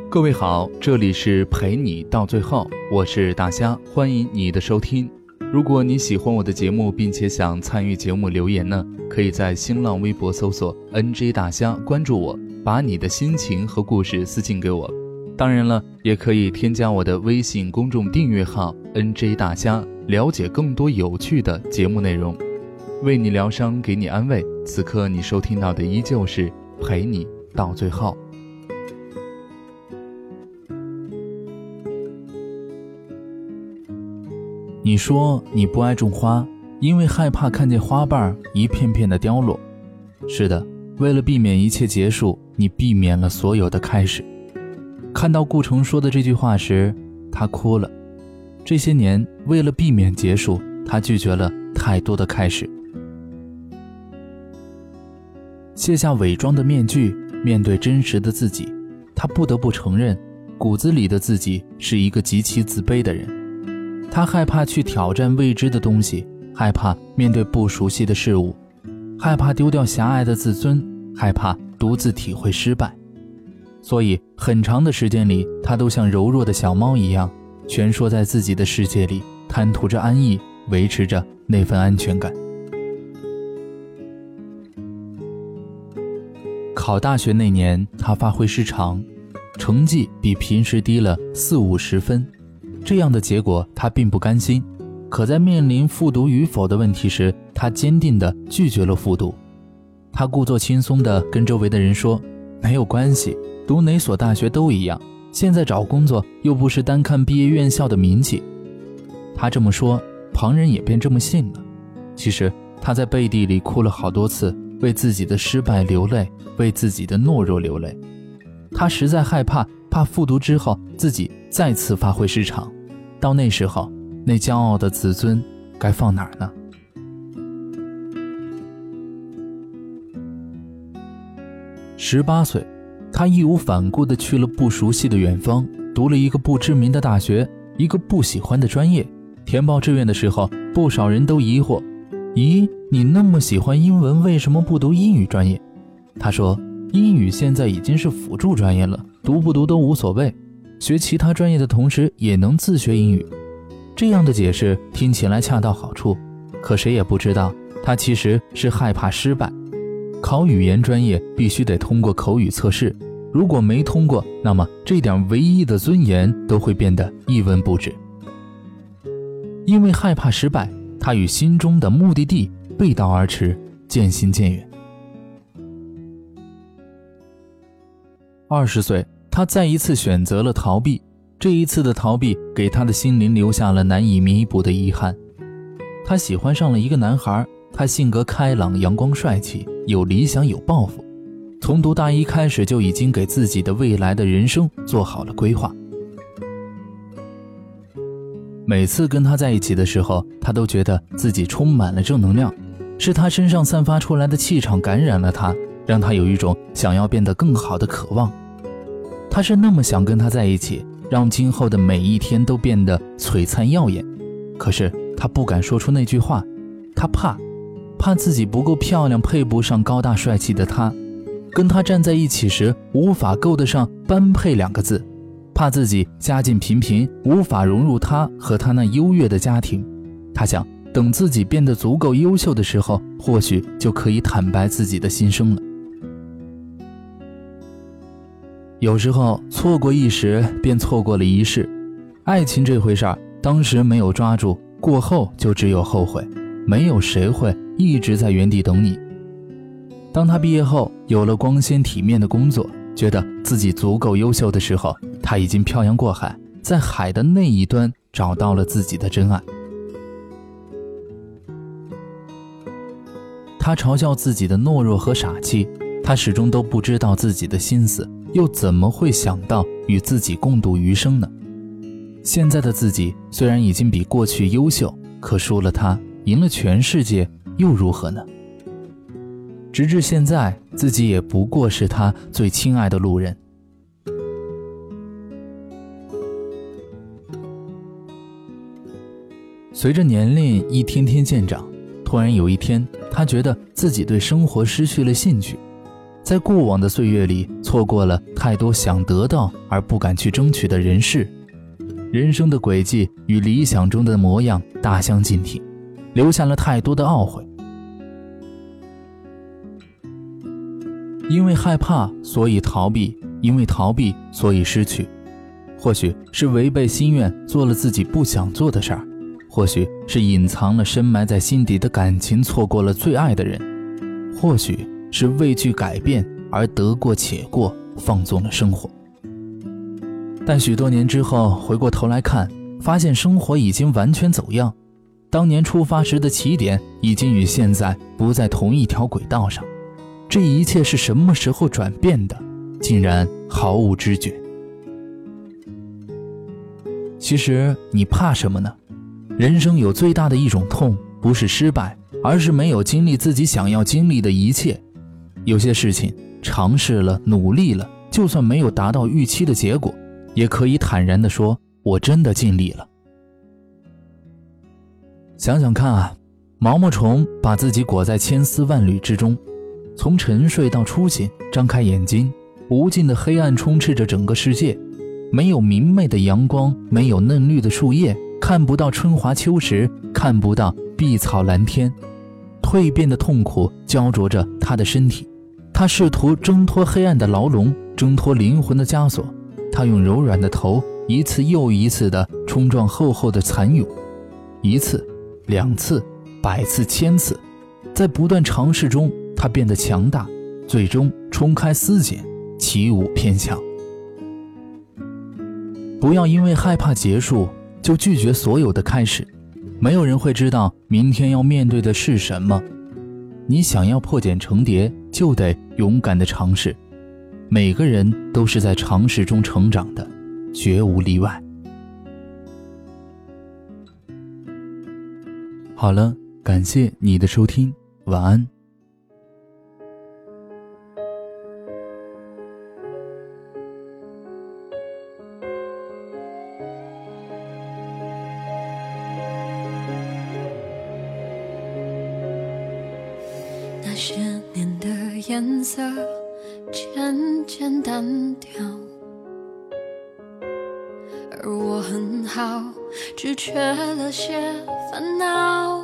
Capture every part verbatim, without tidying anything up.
各位好，这里是陪你到最后，我是大虾，欢迎你的收听。如果你喜欢我的节目，并且想参与节目留言呢，可以在新浪微博搜索 N J 大虾，关注我，把你的心情和故事私信给我。当然了，也可以添加我的微信公众订阅号 N J 大虾，了解更多有趣的节目内容。为你疗伤，给你安慰，此刻你收听到的依旧是陪你到最后。你说你不爱种花，因为害怕看见花瓣一片片的凋落。是的，为了避免一切结束，你避免了所有的开始。看到顾城说的这句话时，他哭了。这些年，为了避免结束，他拒绝了太多的开始。卸下伪装的面具，面对真实的自己，他不得不承认，骨子里的自己是一个极其自卑的人。他害怕去挑战未知的东西，害怕面对不熟悉的事物，害怕丢掉狭隘的自尊，害怕独自体会失败。所以很长的时间里，他都像柔弱的小猫一样，蜷缩在自己的世界里，贪图着安逸，维持着那份安全感。考大学那年，他发挥失常，成绩比平时低了四五十分。这样的结果他并不甘心，可在面临复读与否的问题时，他坚定地拒绝了复读。他故作轻松地跟周围的人说，没有关系，读哪所大学都一样，现在找工作又不是单看毕业院校的名气。他这么说，旁人也便这么信了。其实他在背地里哭了好多次，为自己的失败流泪，为自己的懦弱流泪。他实在害怕，怕复读之后自己再次发挥失常，到那时候，那骄傲的自尊该放哪儿呢？十八岁，他义无反顾地去了不熟悉的远方，读了一个不知名的大学，一个不喜欢的专业。填报志愿的时候，不少人都疑惑，咦，你那么喜欢英文，为什么不读英语专业？他说，英语现在已经是辅助专业了，读不读都无所谓，学其他专业的同时也能自学英语。这样的解释听起来恰到好处，可谁也不知道，他其实是害怕失败。考语言专业必须得通过口语测试，如果没通过，那么这点唯一的尊严都会变得一文不值。因为害怕失败，他与心中的目的地背道而驰，渐行渐远。二十岁，他再一次选择了逃避，这一次的逃避给他的心灵留下了难以弥补的遗憾。他喜欢上了一个男孩，他性格开朗、阳光帅气，有理想有抱负，从读大一开始就已经给自己的未来的人生做好了规划。每次跟他在一起的时候，他都觉得自己充满了正能量，是他身上散发出来的气场感染了他，让他有一种想要变得更好的渴望。他是那么想跟他在一起，让今后的每一天都变得璀璨耀眼。可是他不敢说出那句话，他怕怕自己不够漂亮，配不上高大帅气的他，跟他站在一起时无法够得上般配两个字，怕自己家境平平，无法融入他和他那优越的家庭。他想等自己变得足够优秀的时候，或许就可以坦白自己的心声了。有时候错过一时，便错过了一世。爱情这回事儿，当时没有抓住，过后就只有后悔。没有谁会一直在原地等你。当他毕业后有了光鲜体面的工作，觉得自己足够优秀的时候，他已经漂洋过海，在海的那一端找到了自己的真爱。他嘲笑自己的懦弱和傻气，他始终都不知道自己的心思，又怎么会想到与自己共度余生呢？现在的自己虽然已经比过去优秀，可输了他，赢了全世界又如何呢？直至现在，自己也不过是他最亲爱的路人。随着年龄一天天渐长，突然有一天，他觉得自己对生活失去了兴趣。 在过往的岁月里错过了太多想得到而不敢去争取的人事，人生的轨迹与理想中的模样大相径庭，留下了太多的懊悔。因为害怕所以逃避，因为逃避所以失去，或许是违背心愿做了自己不想做的事儿，或许是隐藏了深埋在心底的感情错过了最爱的人，或许是畏惧改变而得过且过，放纵了生活。但许多年之后回过头来看，发现生活已经完全走样，当年出发时的起点已经与现在不在同一条轨道上，这一切是什么时候转变的，竟然毫无知觉。其实你怕什么呢？人生有最大的一种痛，不是失败，而是没有经历自己想要经历的一切。有些事情尝试了，努力了，就算没有达到预期的结果，也可以坦然地说，我真的尽力了。想想看啊，毛毛虫把自己裹在千丝万缕之中，从沉睡到初醒，张开眼睛，无尽的黑暗充斥着整个世界，没有明媚的阳光，没有嫩绿的树叶，看不到春华秋实，看不到碧草蓝天。蜕变的痛苦焦灼着他的身体，他试图挣脱黑暗的牢笼，挣脱灵魂的枷锁。他用柔软的头一次又一次地冲撞厚厚的蚕蛹，一次两次百次千次，在不断尝试中他变得强大，最终冲开丝茧，起舞偏向。不要因为害怕结束就拒绝所有的开始，没有人会知道明天要面对的是什么。你想要破茧成蝶，就得勇敢地尝试。每个人都是在尝试中成长的，绝无例外。好了，感谢你的收听，晚安。 那些年的颜色渐渐淡掉，而我很好，只缺了些烦恼。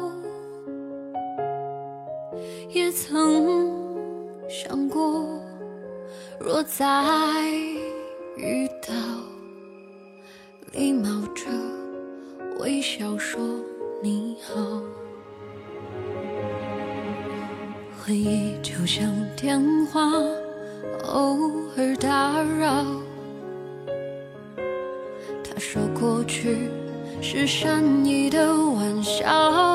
也曾想过，若再遇到，礼貌着微笑说你好。回忆就像电话，偶尔打扰。他说过去是善意的玩笑，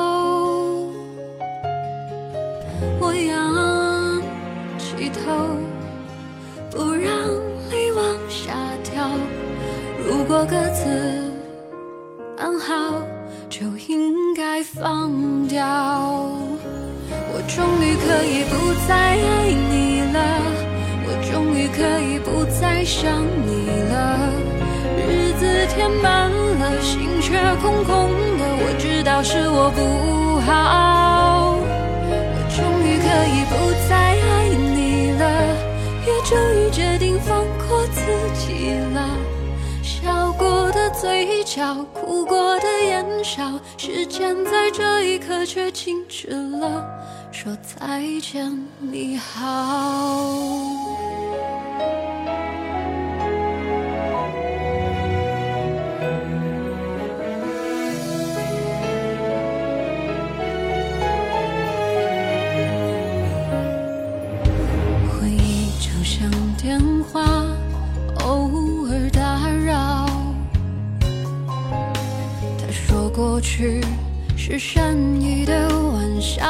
我仰起头，不让泪往下掉。如果各自安好，就应该放掉。我终于可以不再爱你了，我终于可以不再想你了。日子填满了，心却空空的，我知道是我不好。我终于可以不再爱你了，也终于决定放过自己了。笑过的嘴角，哭过的眼梢，时间在这一刻却静止了，说再见你好。回忆就像电话，偶尔打扰。他说过去是善意的玩笑，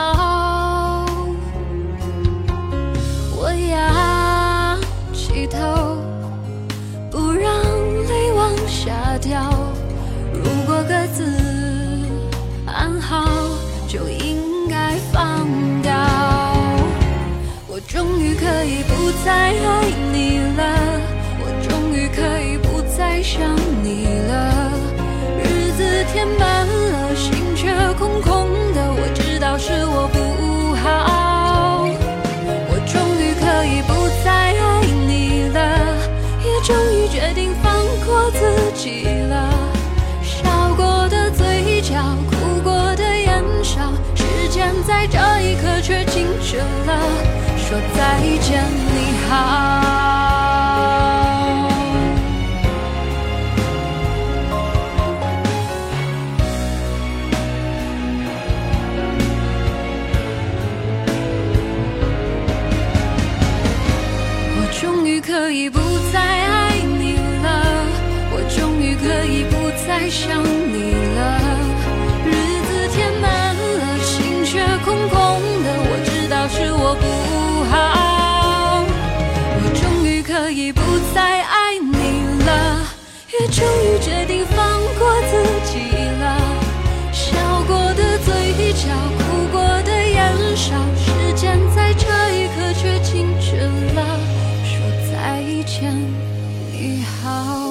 我仰起头，不让泪往下掉。如果各自安好，就应该放掉。我终于可以不再爱你了，我终于可以不再想你了。日子填满了，心却空空的，我知道是我不好。我终于可以不在这一刻却静止了，说再见你好。我终于可以不再爱你了，我终于可以不再想你了，日子填满了，心却空空的，我知道是我不好。我终于可以不再爱你了，也终于决定放过自己了，笑过的嘴角，哭过的眼梢，时间在这一刻却静止了，说再见你好。